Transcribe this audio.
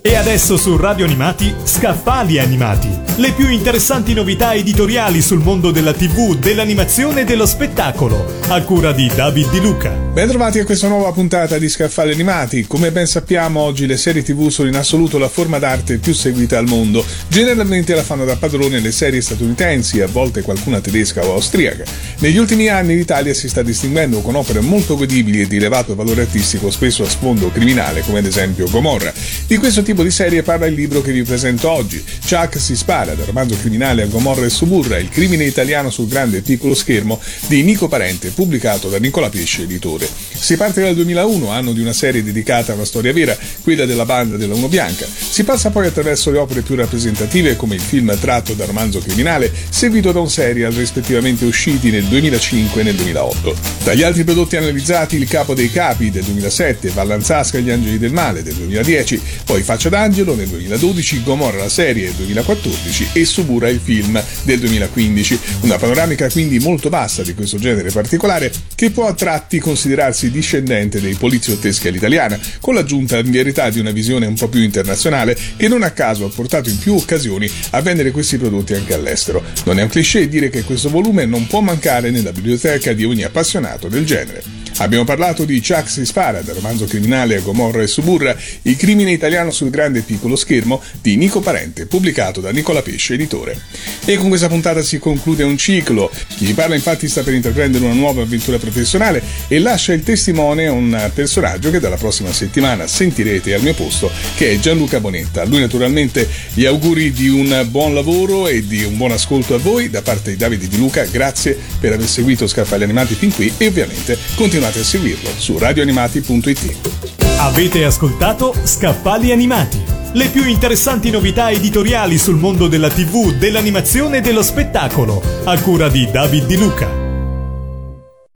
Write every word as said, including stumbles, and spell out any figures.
E adesso su Radio Animati, Scaffali Animati. Le più interessanti novità editoriali sul mondo della tivù, dell'animazione e dello spettacolo, a cura di David Di Luca. Ben trovati a questa nuova puntata di Scaffali Animati. Come ben sappiamo, oggi le serie tivù sono in assoluto la forma d'arte più seguita al mondo. Generalmente la fanno da padrone le serie statunitensi, a volte qualcuna tedesca o austriaca. Negli ultimi anni l'Italia si sta distinguendo con opere molto godibili e di elevato valore artistico, spesso a sfondo criminale, come ad esempio Gomorra. Di questo tipo di serie parla il libro che vi presento oggi. Chuck si spara, dal romanzo criminale a Gomorra e Suburra, il crimine italiano sul grande e piccolo schermo di Nico Parente, pubblicato da Nicola Pesce, editore. Si parte dal duemilauno, anno di una serie dedicata a una storia vera, quella della banda della Uno Bianca. Si passa poi attraverso le opere più rappresentative, come il film tratto dal romanzo criminale, seguito da un serial rispettivamente usciti nel duemilacinque e nel duemilaotto. Tra gli altri prodotti analizzati, Il Capo dei Capi del duemilasette, Vallanzasca e gli Angeli del Male del duemiladieci, poi Faccia d'Angelo nel duemiladodici, Gomorra la serie del duemilaquattordici e Suburra il film del duemilaquindici. Una panoramica quindi molto vasta di questo genere particolare che può a tratti considerarsi discendente dei poliziotteschi all'italiana, con l'aggiunta in verità di una visione un po' più internazionale che non a caso ha portato in più occasioni a vendere questi prodotti anche all'estero. Non è un cliché dire che questo volume non può mancare nella biblioteca di ogni appassionato del genere. Abbiamo parlato di Chuck si spara, dal romanzo criminale a Gomorra e Suburra, il crimine italiano sul grande e piccolo schermo di Nico Parente, pubblicato da Nicola Pesce, editore. E con questa puntata si conclude un ciclo. Chi vi parla infatti sta per intraprendere una nuova avventura professionale e lascia il testimone a un personaggio che dalla prossima settimana sentirete al mio posto, che è Gianluca Bonetta. A lui naturalmente gli auguri di un buon lavoro e di un buon ascolto a voi da parte di Davide Di Luca. Grazie per aver seguito Scaffali Animati fin qui e ovviamente continuate a seguirlo su radio animati punto it. Avete ascoltato Scaffali Animati, le più interessanti novità editoriali sul mondo della tivù, dell'animazione e dello spettacolo, a cura di David Di Luca.